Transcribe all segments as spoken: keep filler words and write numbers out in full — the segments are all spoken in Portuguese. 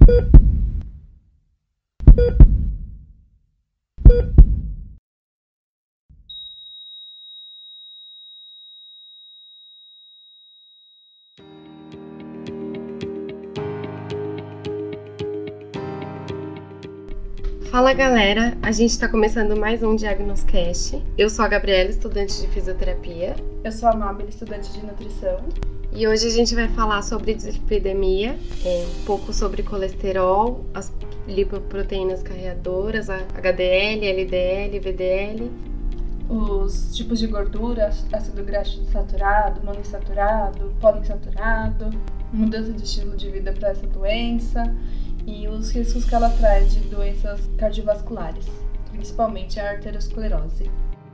Fala galera, a gente está começando mais um Diagnoscast. Eu sou a Gabriela, estudante de fisioterapia. Eu sou a Mabel, estudante de nutrição. E hoje a gente vai falar sobre dislipidemia, é, um pouco sobre colesterol, as lipoproteínas carreadoras, a H D L, L D L, V D L. Os tipos de gordura, ácido graxo saturado, monoinsaturado, poliinsaturado, mudança de estilo de vida para essa doença e os riscos que ela traz de doenças cardiovasculares, principalmente a arteriosclerose.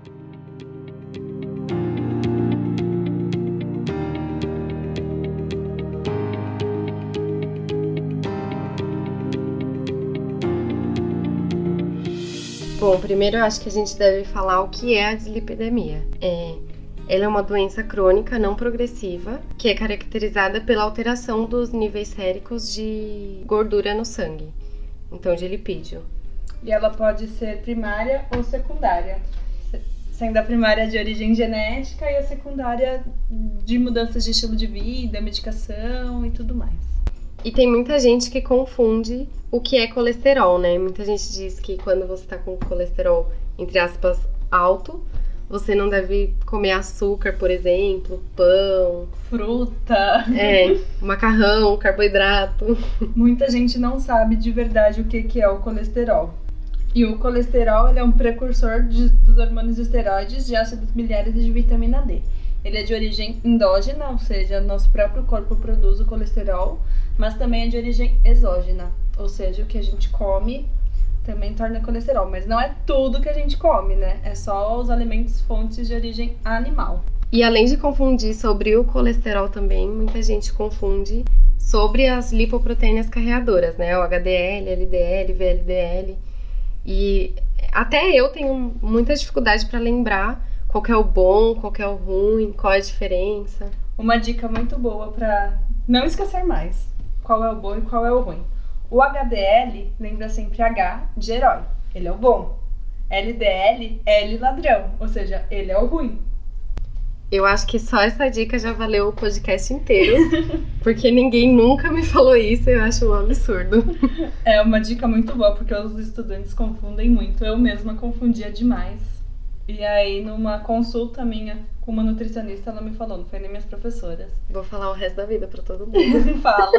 Bom, primeiro eu acho que a gente deve falar o que é a dislipidemia. É, ela é uma doença crônica não progressiva que é caracterizada pela alteração dos níveis séricos de gordura no sangue, então de lipídio. E ela pode ser primária ou secundária, sendo a primária de origem genética e a secundária de mudanças de estilo de vida, medicação e tudo mais. E tem muita gente que confunde o que é colesterol, né? Muita gente diz que quando você tá com colesterol, entre aspas, alto, você não deve comer açúcar, por exemplo, pão, fruta, é, macarrão, carboidrato. Muita gente não sabe de verdade o que é o colesterol. E o colesterol ele é um precursor de, dos hormônios esteroides, de ácidos biliares e de vitamina D. Ele é de origem endógena, ou seja, nosso próprio corpo produz o colesterol, mas também é de origem exógena, ou seja, o que a gente come também torna colesterol, mas não é tudo que a gente come, né? É só os alimentos fontes de origem animal. E além de confundir sobre o colesterol também, muita gente confunde sobre as lipoproteínas carreadoras, né? O H D L, L D L, V L D L. E até eu tenho muita dificuldade para lembrar qual que é o bom, qual que é o ruim, qual é a diferença. Uma dica muito boa para não esquecer mais qual é o bom e qual é o ruim. O H D L lembra sempre H de herói, ele é o bom. L D L, L ladrão, ou seja, ele é o ruim. Eu acho que só essa dica já valeu o podcast inteiro, porque ninguém nunca me falou isso e eu acho um absurdo. É uma dica muito boa, porque os estudantes confundem muito. Eu mesma confundia demais. E aí, numa consulta minha com uma nutricionista, ela me falou, não foi nem minhas professoras. Vou falar o resto da vida pra todo mundo. Fala.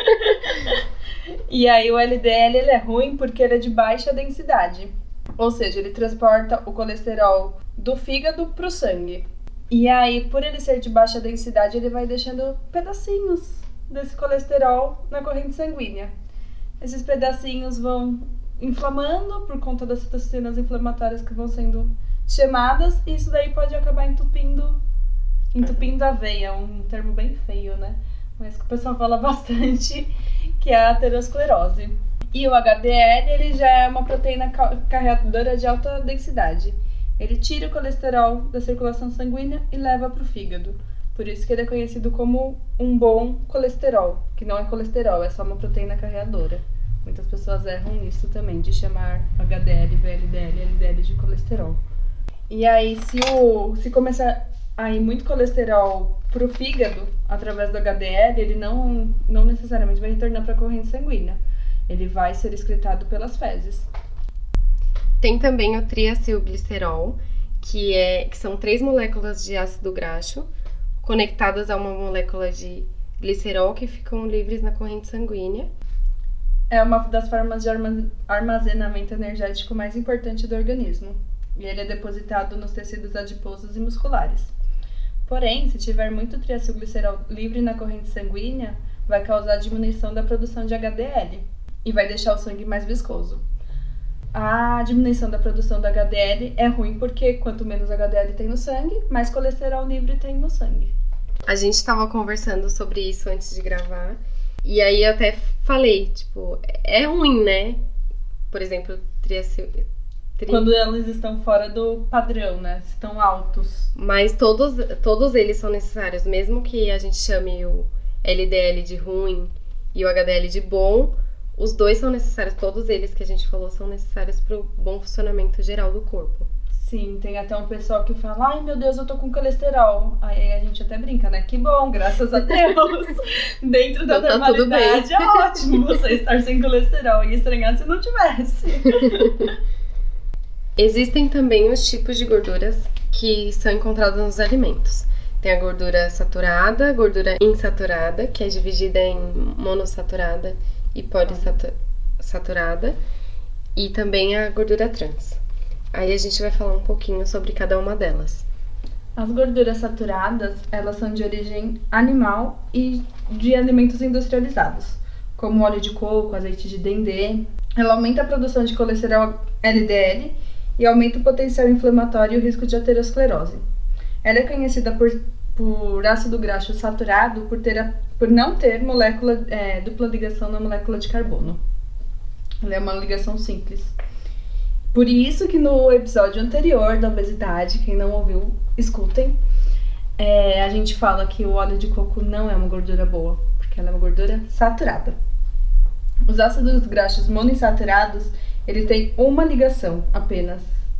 E aí, o L D L ele é ruim porque ele é de baixa densidade. Ou seja, ele transporta o colesterol do fígado pro sangue. E aí, por ele ser de baixa densidade, ele vai deixando pedacinhos desse colesterol na corrente sanguínea. Esses pedacinhos vão inflamando por conta das citocinas inflamatórias que vão sendo chamadas, e isso daí pode acabar entupindo entupindo a veia, um termo bem feio, né? Mas que o pessoal fala bastante, que é a aterosclerose. E o H D L, ele já é uma proteína carreadora de alta densidade. Ele tira o colesterol da circulação sanguínea e leva para o fígado. Por isso que ele é conhecido como um bom colesterol, que não é colesterol, é só uma proteína carreadora. Muitas pessoas erram nisso também, de chamar H D L, V L D L, L D L de colesterol. E aí, se, o, se começar a ir muito colesterol pro fígado, através do H D L, ele não, não necessariamente vai retornar para a corrente sanguínea. Ele vai ser excretado pelas fezes. Tem também o triacilglicerol, que, é, que são três moléculas de ácido graxo conectadas a uma molécula de glicerol que ficam livres na corrente sanguínea. É uma das formas de armazenamento energético mais importante do organismo. E ele é depositado nos tecidos adiposos e musculares. Porém, se tiver muito triacilglicerol livre na corrente sanguínea, vai causar diminuição da produção de H D L e vai deixar o sangue mais viscoso. A diminuição da produção do H D L é ruim porque quanto menos H D L tem no sangue, mais colesterol livre tem no sangue. A gente estava conversando sobre isso antes de gravar, e aí eu até falei, tipo, é ruim, né? Por exemplo, triacil... Tri... Quando eles estão fora do padrão, né? Estão altos. Mas todos, todos eles são necessários, mesmo que a gente chame o L D L de ruim e o H D L de bom, Os dois são necessários, todos eles que a gente falou são necessários para o bom funcionamento geral do corpo. Sim, tem até um pessoal que fala, ai meu Deus, eu tô com colesterol. Aí a gente até brinca, né? Que bom, graças a Deus. Dentro da Então tá tudo bem. normalidade é ótimo você estar sem colesterol. E estranhar se não tivesse. Existem também os tipos de gorduras que são encontrados nos alimentos. Tem a gordura saturada, gordura insaturada, que é dividida em monossaturada e polissaturada, e também a gordura trans. Aí a gente vai falar um pouquinho sobre cada uma delas. As gorduras saturadas, elas são de origem animal e de alimentos industrializados, como óleo de coco, azeite de dendê. Ela aumenta a produção de colesterol L D L e aumenta o potencial inflamatório e o risco de aterosclerose. Ela é conhecida por, por ácido graxo saturado por, ter a, por não ter molécula, é, dupla ligação na molécula de carbono. Ela é uma ligação simples. Por isso que no episódio anterior da obesidade, quem não ouviu, escutem, é, a gente fala que o óleo de coco não é uma gordura boa, porque ela é uma gordura saturada. Os ácidos graxos monoinsaturados, ele tem uma ligação apenas,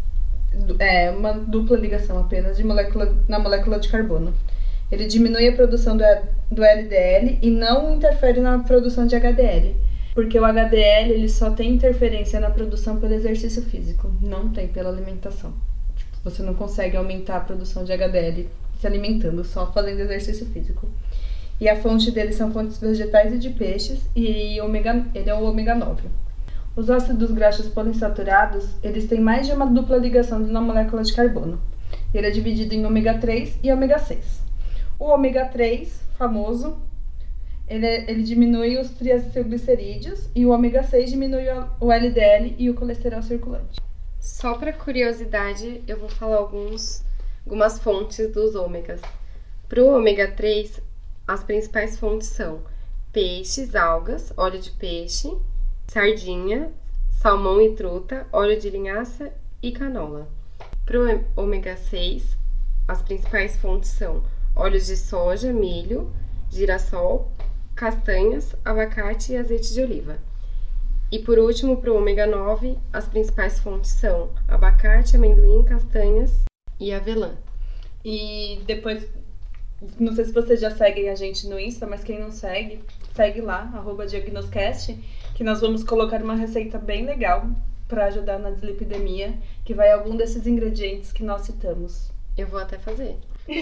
é, uma dupla ligação apenas de molécula, na molécula de carbono. Ele diminui a produção do, do L D L e não interfere na produção de H D L. Porque o H D L ele só tem interferência na produção pelo exercício físico, não tem pela alimentação. Tipo, você não consegue aumentar a produção de H D L se alimentando, só fazendo exercício físico. E a fonte dele são fontes vegetais e de peixes, e ômega, ele é o ômega nove. Os ácidos graxos poliinsaturados, eles têm mais de uma dupla ligação na molécula de carbono. Ele é dividido em ômega três e ômega seis. O ômega três, famoso, Ele, ele diminui os triacilglicerídeos e o ômega seis diminui o L D L e o colesterol circulante. Só para curiosidade, eu vou falar alguns, algumas fontes dos ômegas. Para o ômega três, as principais fontes são peixes, algas, óleo de peixe, sardinha, salmão e truta, óleo de linhaça e canola. Para o ômega seis, as principais fontes são óleos de soja, milho, girassol, castanhas, abacate e azeite de oliva. E por último, para o ômega nove, as principais fontes são abacate, amendoim, castanhas e avelã. E depois, não sei se vocês já seguem a gente no Insta, mas quem não segue, segue lá, arroba Diagnoscast, que nós vamos colocar uma receita bem legal para ajudar na dislipidemia, que vai algum desses ingredientes que nós citamos. Eu vou até fazer.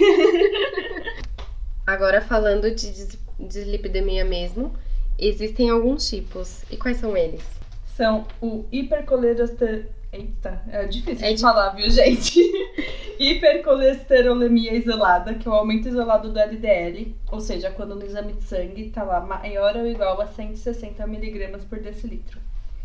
Agora, falando de dislipidemia mesmo, existem alguns tipos. E quais são eles? São o hipercolesterolemia... Eita, é difícil é de de... falar, viu, gente? Hipercolesterolemia isolada, que é o aumento isolado do L D L, ou seja, quando no exame de sangue tá lá maior ou igual a cento e sessenta miligramas por decilitro.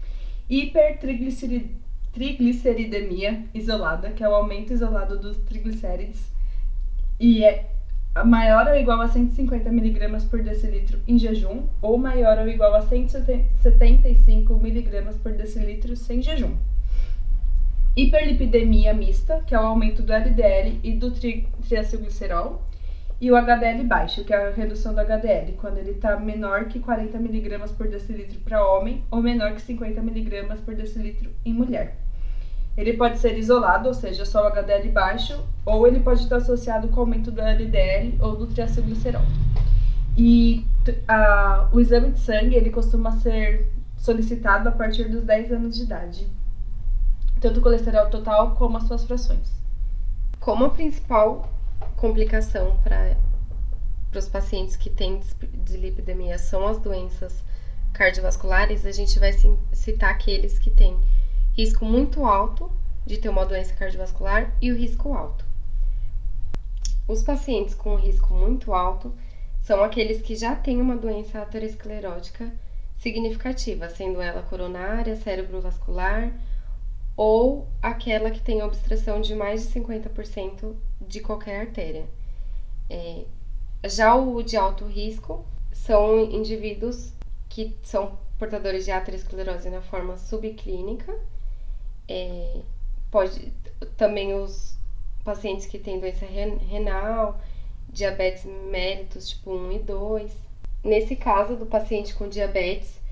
Hipertrigliceridemia isolada, que é o aumento isolado dos triglicérides, e é maior ou igual a cento e cinquenta miligramas por decilitro em jejum, ou maior ou igual a cento e setenta e cinco miligramas por decilitro sem jejum. Hiperlipidemia mista, que é o aumento do L D L e do tri- triacilglicerol, e o H D L baixo, que é a redução do H D L, quando ele está menor que quarenta miligramas por decilitro para homem ou menor que cinquenta miligramas por decilitro em mulher. Ele pode ser isolado, ou seja, só o H D L baixo, ou ele pode estar associado com o aumento do L D L ou do triacilglicerol. E a, o exame de sangue, ele costuma ser solicitado a partir dos dez anos de idade. Tanto o colesterol total como as suas frações. Como a principal complicação para os pacientes que têm dislipidemia são as doenças cardiovasculares, a gente vai citar aqueles que têm risco muito alto de ter uma doença cardiovascular e o risco alto. Os pacientes com risco muito alto são aqueles que já têm uma doença aterosclerótica significativa, sendo ela coronária, cerebrovascular ou aquela que tem obstrução de mais de cinquenta por cento de qualquer artéria. É, já o de alto risco são indivíduos que são portadores de aterosclerose na forma subclínica, é, pode também os pacientes que têm doença renal, diabetes mellitus tipo um e dois. Nesse caso do paciente com diabetes,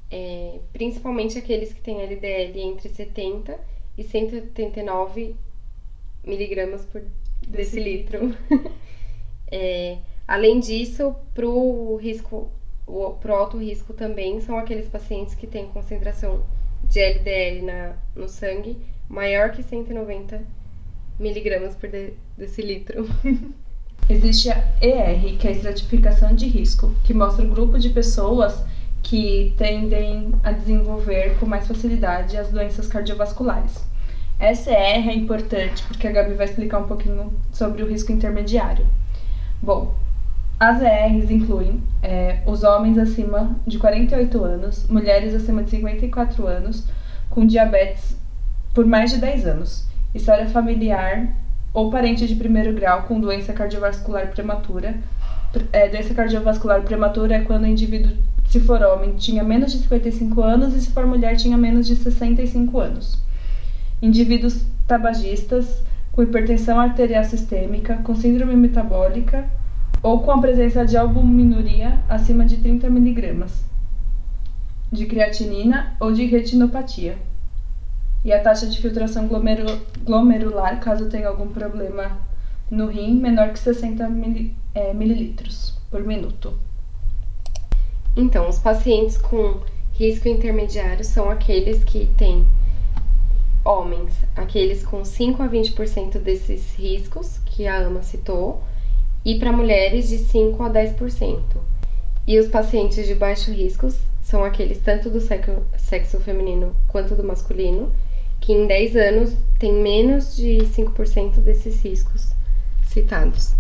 é, principalmente aqueles que têm L D L entre setenta e cento e oitenta e nove miligramas por decilitro. é, além disso, pro risco, pro alto risco também são aqueles pacientes que têm concentração de L D L na, no sangue maior que cento e noventa miligramas por de, decilitro. Existe a E R, que é a estratificação de risco, que mostra o grupo de pessoas que tendem a desenvolver com mais facilidade as doenças cardiovasculares. Essa E R é importante porque a Gabi vai explicar um pouquinho sobre o risco intermediário. Bom, as E Rs incluem é, os homens acima de quarenta e oito anos, mulheres acima de cinquenta e quatro anos, com diabetes por mais de dez anos, história familiar ou parente de primeiro grau com doença cardiovascular prematura. É, doença cardiovascular prematura é quando o indivíduo, se for homem, tinha menos de cinquenta e cinco anos e se for mulher, tinha menos de sessenta e cinco anos. Indivíduos tabagistas com hipertensão arterial sistêmica, com síndrome metabólica ou com a presença de albuminuria acima de trinta miligramas de creatinina ou de retinopatia. E a taxa de filtração glomeru- glomerular, caso tenha algum problema no rim, menor que sessenta mili- é, mililitros por minuto. Então, os pacientes com risco intermediário são aqueles que têm homens, aqueles com cinco a vinte por cento desses riscos que a Ama citou, e para mulheres de cinco a dez por cento. E os pacientes de baixo risco são aqueles tanto do sexo, sexo feminino quanto do masculino, que em dez anos tem menos de cinco por cento desses riscos citados.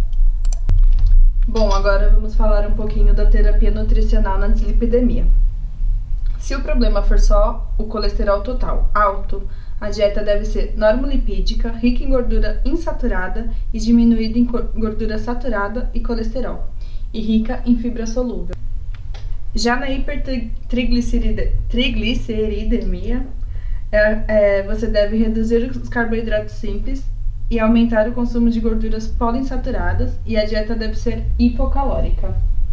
Bom, agora vamos falar um pouquinho da terapia nutricional na dislipidemia. Se o problema for só o colesterol total alto, a dieta deve ser normolipídica, rica em gordura insaturada e diminuída em gordura saturada e colesterol, e rica em fibra solúvel. Já na hipertrigliceridemia, é, é, você deve reduzir os carboidratos simples e aumentar o consumo de gorduras poliinsaturadas, e a dieta deve ser hipocalórica.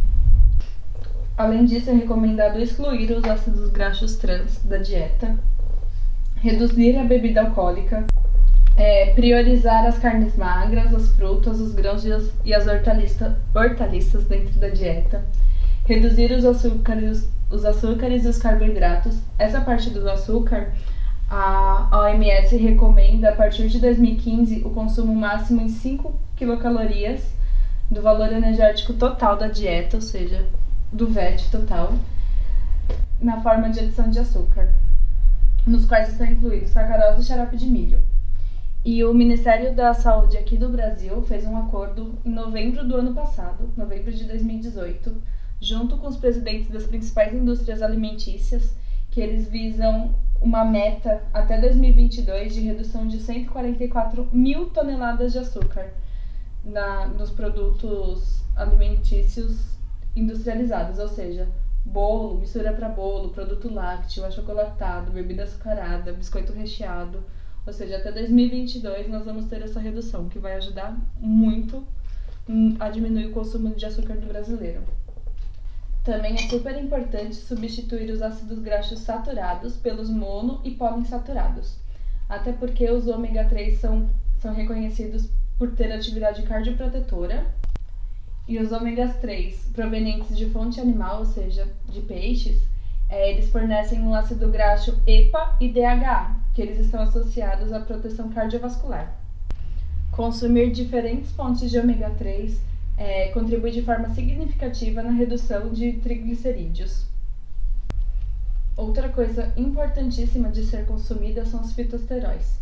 Além disso, é recomendado excluir os ácidos graxos trans da dieta, reduzir a bebida alcoólica, é, priorizar as carnes magras, as frutas, os grãos e as, e as hortaliça, hortaliças dentro da dieta, reduzir os açúcares, os açúcares e os carboidratos. Essa parte do açúcar, a O M S recomenda, a partir de dois mil e quinze, o consumo máximo em cinco quilocalorias do valor energético total da dieta, ou seja, do V E T total, na forma de adição de açúcar, nos quais estão incluídos sacarose e xarope de milho. E o Ministério da Saúde aqui do Brasil fez um acordo em novembro do ano passado, novembro de dois mil e dezoito, junto com os presidentes das principais indústrias alimentícias, que eles visam uma meta até dois mil e vinte e dois de redução de cento e quarenta e quatro mil toneladas de açúcar na, nos produtos alimentícios industrializados, ou seja, bolo, mistura para bolo, produto lácteo, achocolatado, bebida açucarada, biscoito recheado. Ou seja, até dois mil e vinte e dois nós vamos ter essa redução, que vai ajudar muito a diminuir o consumo de açúcar do brasileiro. Também é super importante substituir os ácidos graxos saturados pelos mono e poliinsaturados, até porque os ômega três são, são reconhecidos por ter atividade cardioprotetora, e os ômegas três provenientes de fonte animal, ou seja, de peixes, é, eles fornecem um ácido graxo E P A e D H A, que eles estão associados à proteção cardiovascular. Consumir diferentes fontes de ômega três é, contribui de forma significativa na redução de triglicerídeos. Outra coisa importantíssima de ser consumida são os fitosteróis.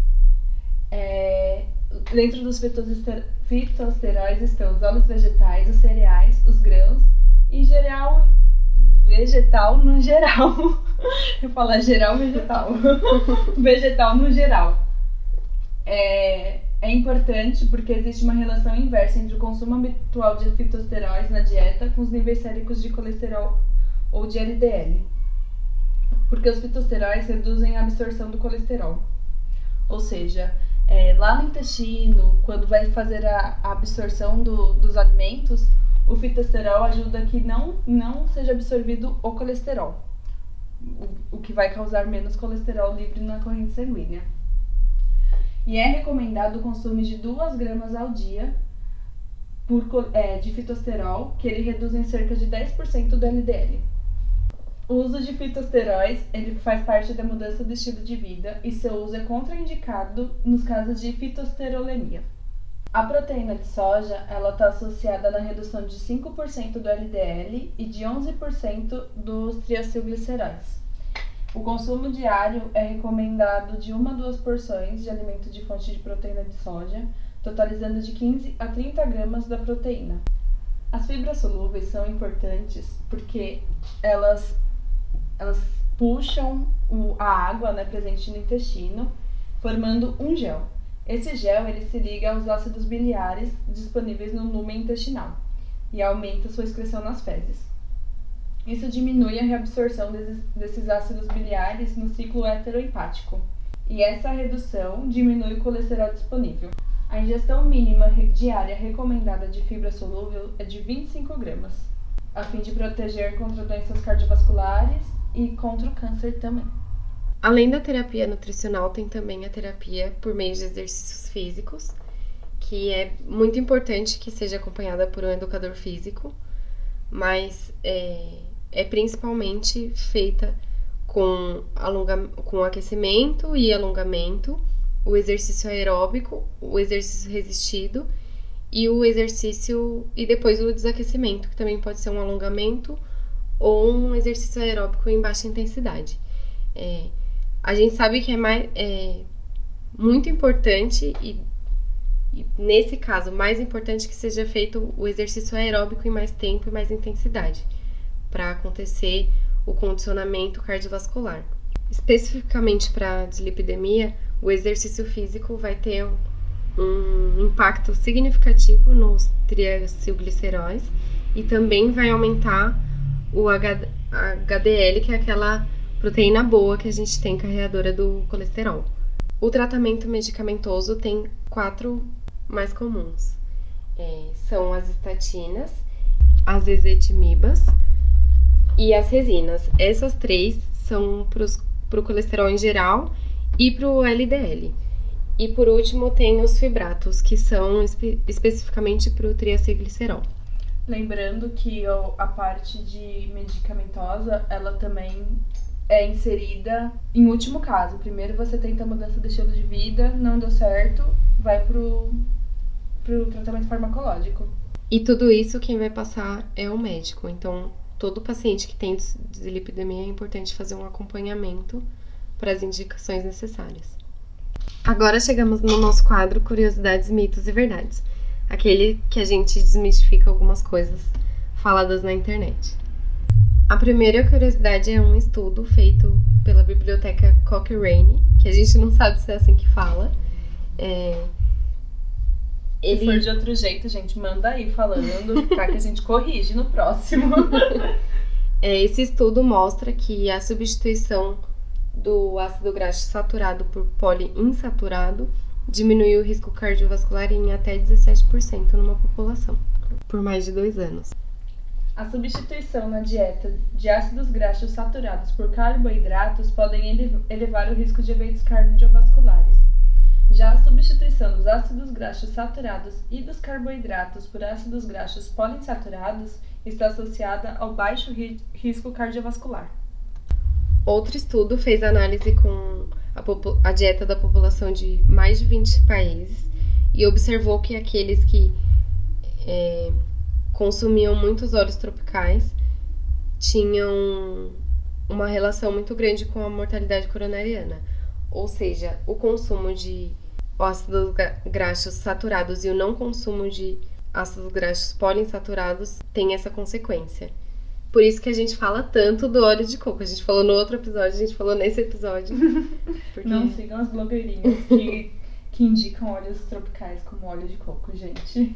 É, dentro dos fitosteróis estão os óleos vegetais, os cereais, os grãos e geral vegetal no geral. Eu falar geral vegetal. Vegetal no geral. É, é importante porque existe uma relação inversa entre o consumo habitual de fitosteróis na dieta com os níveis séricos de colesterol ou de L D L. Porque os fitosteróis reduzem a absorção do colesterol. Ou seja, É, lá no intestino, quando vai fazer a, a absorção do, dos alimentos, o fitosterol ajuda que não, não seja absorvido o colesterol. o, o que vai causar menos colesterol livre na corrente sanguínea. E é recomendado o consumo de duas gramas ao dia por, é, de fitosterol, que ele reduz em cerca de dez por cento do L D L. O uso de fitosteróis ele faz parte da mudança do estilo de vida e seu uso é contraindicado nos casos de fitosterolemia. A proteína de soja está associada na redução de cinco por cento do L D L e de onze por cento dos triacilgliceróis. O consumo diário é recomendado de uma a duas porções de alimento de fonte de proteína de soja, totalizando de quinze a trinta gramas da proteína. As fibras solúveis são importantes porque elas, elas puxam o, a água, né, presente no intestino, formando um gel. Esse gel ele se liga aos ácidos biliares disponíveis no lumen intestinal e aumenta sua excreção nas fezes. Isso diminui a reabsorção desses, desses ácidos biliares no ciclo heteroempático, e essa redução diminui o colesterol disponível. A ingestão mínima diária recomendada de fibra solúvel é de vinte e cinco gramas, a fim de proteger contra doenças cardiovasculares e contra o câncer também. Além da terapia nutricional, tem também a terapia por meio de exercícios físicos, que é muito importante que seja acompanhada por um educador físico, mas é, é principalmente feita com, alonga, com aquecimento e alongamento, o exercício aeróbico, o exercício resistido e o exercício e depois o desaquecimento, que também pode ser um alongamento ou um exercício aeróbico em baixa intensidade. É, a gente sabe que é, mais, é muito importante e, e, nesse caso, mais importante que seja feito o exercício aeróbico em mais tempo e mais intensidade, para acontecer o condicionamento cardiovascular. Especificamente para a dislipidemia, o exercício físico vai ter um, um impacto significativo nos triacilgliceróis e também vai aumentar o H D L, que é aquela proteína boa que a gente tem carreadora do colesterol. O tratamento medicamentoso tem quatro mais comuns. É, são as estatinas, as ezetimipas e as resinas. Essas três são para o colesterol em geral e para o L D L. E por último tem os fibratos, que são espe- especificamente para o triacilglicerol. Lembrando que a parte de medicamentosa, ela também é inserida em último caso. Primeiro você tenta a mudança de estilo de vida, não deu certo, vai pro, pro tratamento farmacológico. E tudo isso quem vai passar é o médico. Então, todo paciente que tem dislipidemia é importante fazer um acompanhamento para as indicações necessárias. Agora chegamos no nosso quadro Curiosidades, Mitos e Verdades. Aquele que a gente desmistifica algumas coisas faladas na internet. A primeira curiosidade é um estudo feito pela biblioteca Cochrane, que a gente não sabe se é assim que fala. É... Ele... Se for de outro jeito, gente, manda aí falando, pra que a gente corrige no próximo. É, esse estudo mostra que a substituição do ácido graxo saturado por poliinsaturado diminui o risco cardiovascular em até dezessete por cento numa população, por mais de dois anos. A substituição na dieta de ácidos graxos saturados por carboidratos podem elevar o risco de eventos cardiovasculares. Já a substituição dos ácidos graxos saturados e dos carboidratos por ácidos graxos poliinsaturados está associada ao baixo ri- risco cardiovascular. Outro estudo fez análise com a, popu- a dieta da população de mais de vinte países e observou que aqueles que é, consumiam muitos óleos tropicais tinham uma relação muito grande com a mortalidade coronariana. Ou seja, o consumo de ácidos graxos saturados e o não consumo de ácidos graxos poliinsaturados tem essa consequência. Por isso que a gente fala tanto do óleo de coco. A gente falou no outro episódio, a gente falou nesse episódio. Porque... Não sigam as blogueirinhas que, que indicam óleos tropicais como óleo de coco, gente.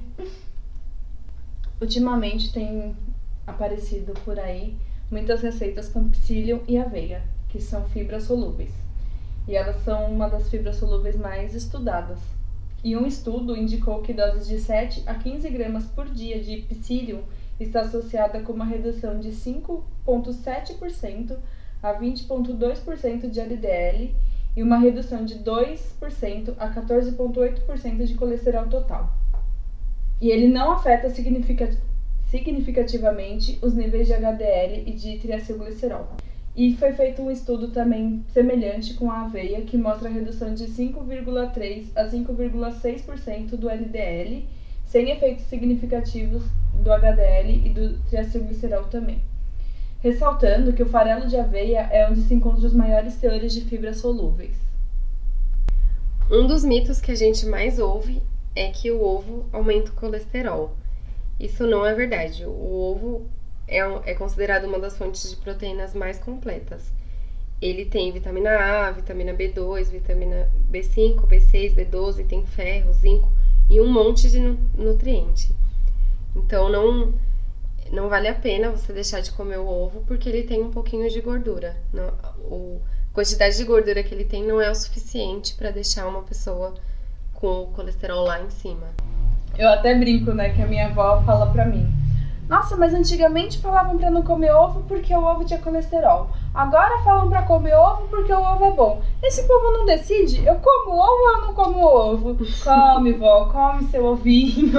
Ultimamente tem aparecido por aí muitas receitas com psyllium e aveia, que são fibras solúveis. E elas são uma das fibras solúveis mais estudadas. E um estudo indicou que doses de sete a quinze gramas por dia de psyllium está associada com uma redução de cinco vírgula sete por cento a vinte vírgula dois por cento de L D L e uma redução de dois por cento a quatorze vírgula oito por cento de colesterol total. E ele não afeta significativamente os níveis de H D L e de triacilglicerol. E foi feito um estudo também semelhante com a aveia, que mostra a redução de cinco vírgula três por cento a cinco vírgula seis por cento do L D L, sem efeitos significativos do H D L e do triacilglicerol também. Ressaltando que o farelo de aveia é onde se encontram os maiores teores de fibras solúveis. Um dos mitos que a gente mais ouve é que o ovo aumenta o colesterol. Isso não é verdade. O ovo é, é considerado uma das fontes de proteínas mais completas. Ele tem vitamina A, vitamina B dois, vitamina B cinco, B seis, B doze, tem ferro, zinco e um monte de nutriente. Então não, não vale a pena você deixar de comer o ovo porque ele tem um pouquinho de gordura. Não, o, a quantidade de gordura que ele tem não é o suficiente para deixar uma pessoa com o colesterol lá em cima. Eu até brinco, né, que a minha avó fala pra mim: nossa, mas antigamente falavam pra não comer ovo porque o ovo tinha colesterol. Agora falam pra comer ovo porque o ovo é bom. Esse povo não decide? Eu como ovo ou eu não como ovo? Come, vó, come seu ovinho.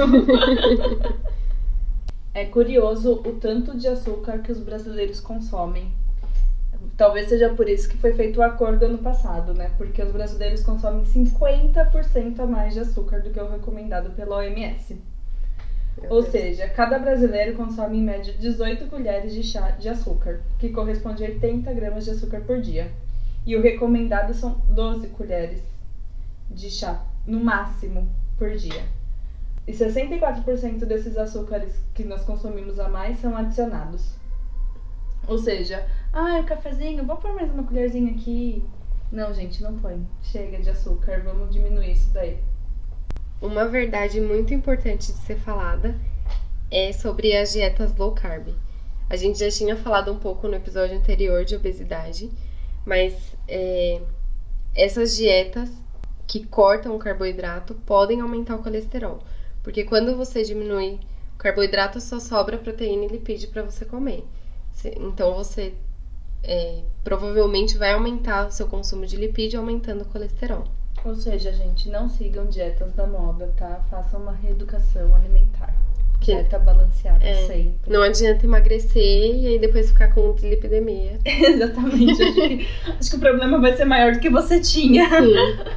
É curioso o tanto de açúcar que os brasileiros consomem. Talvez seja por isso que foi feito o acordo ano passado, né? Porque os brasileiros consomem cinquenta por cento a mais de açúcar do que o recomendado pela O M S. Meu Ou Deus. Seja, cada brasileiro consome em média dezoito colheres de chá de açúcar, que corresponde a oitenta gramas de açúcar por dia. E o recomendado são doze colheres de chá, no máximo, por dia. E sessenta e quatro por cento desses açúcares que nós consumimos a mais são adicionados. Ou seja, ah, o cafezinho, vou pôr mais uma colherzinha aqui. Não, gente, não põe. Chega de açúcar, vamos diminuir isso daí. Uma verdade muito importante de ser falada é sobre as dietas low carb. A gente já tinha falado um pouco no episódio anterior de obesidade, mas é, essas dietas que cortam o carboidrato podem aumentar o colesterol. Porque quando você diminui o carboidrato, só sobra proteína e lipídio para você comer. Então você é, provavelmente vai aumentar o seu consumo de lipídio, aumentando o colesterol. Ou seja, gente, não sigam dietas da moda, tá? Façam uma reeducação alimentar. Que dieta balanceada é, sempre. Não adianta emagrecer e aí depois ficar com dislipidemia. Exatamente. Acho que, acho que o problema vai ser maior do que você tinha. Sim.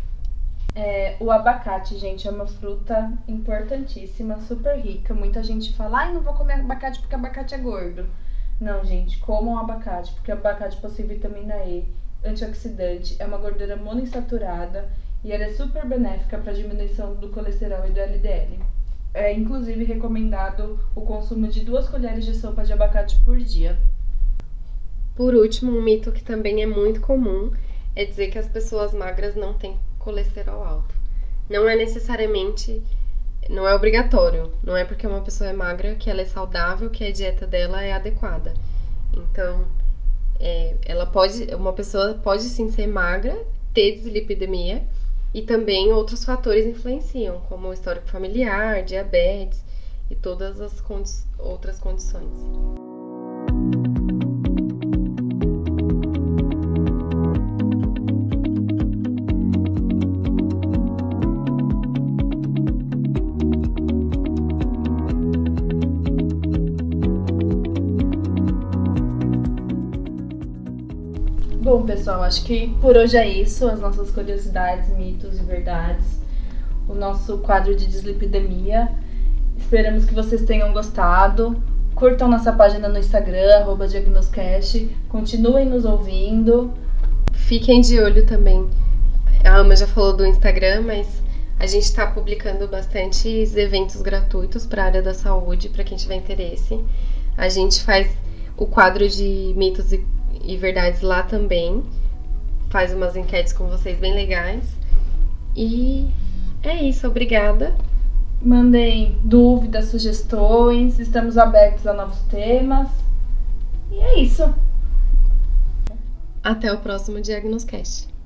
É, o abacate, gente, é uma fruta importantíssima, super rica. Muita gente fala, ai, não vou comer abacate porque abacate é gordo. Não, gente, comam abacate, porque abacate possui vitamina E, antioxidante, é uma gordura monoinsaturada e ela é super benéfica para a diminuição do colesterol e do L D L. É inclusive recomendado o consumo de duas colheres de sopa de abacate por dia. Por último, um mito que também é muito comum é dizer que as pessoas magras não têm colesterol alto. Não é necessariamente, não é obrigatório, não é porque uma pessoa é magra que ela é saudável, que a dieta dela é adequada. Então, é, ela pode, uma pessoa pode sim ser magra, ter dislipidemia, e também outros fatores influenciam, como o histórico familiar, diabetes e todas as condi- outras condições. Bom, pessoal, acho que por hoje é isso, as nossas curiosidades, mitos e verdades, o nosso quadro de dislipidemia. Esperamos que vocês tenham gostado. Curtam nossa página no Instagram, arroba Diagnoscast. Continuem nos ouvindo. Fiquem de olho também. A Ama já falou do Instagram, mas a gente está publicando bastantes eventos gratuitos para a área da saúde, para quem tiver interesse. A gente faz o quadro de mitos e e verdades lá também, faz umas enquetes com vocês bem legais. E é isso, obrigada. Mandem dúvidas, sugestões, estamos abertos a novos temas. E é isso. Até o próximo Diagnoscast.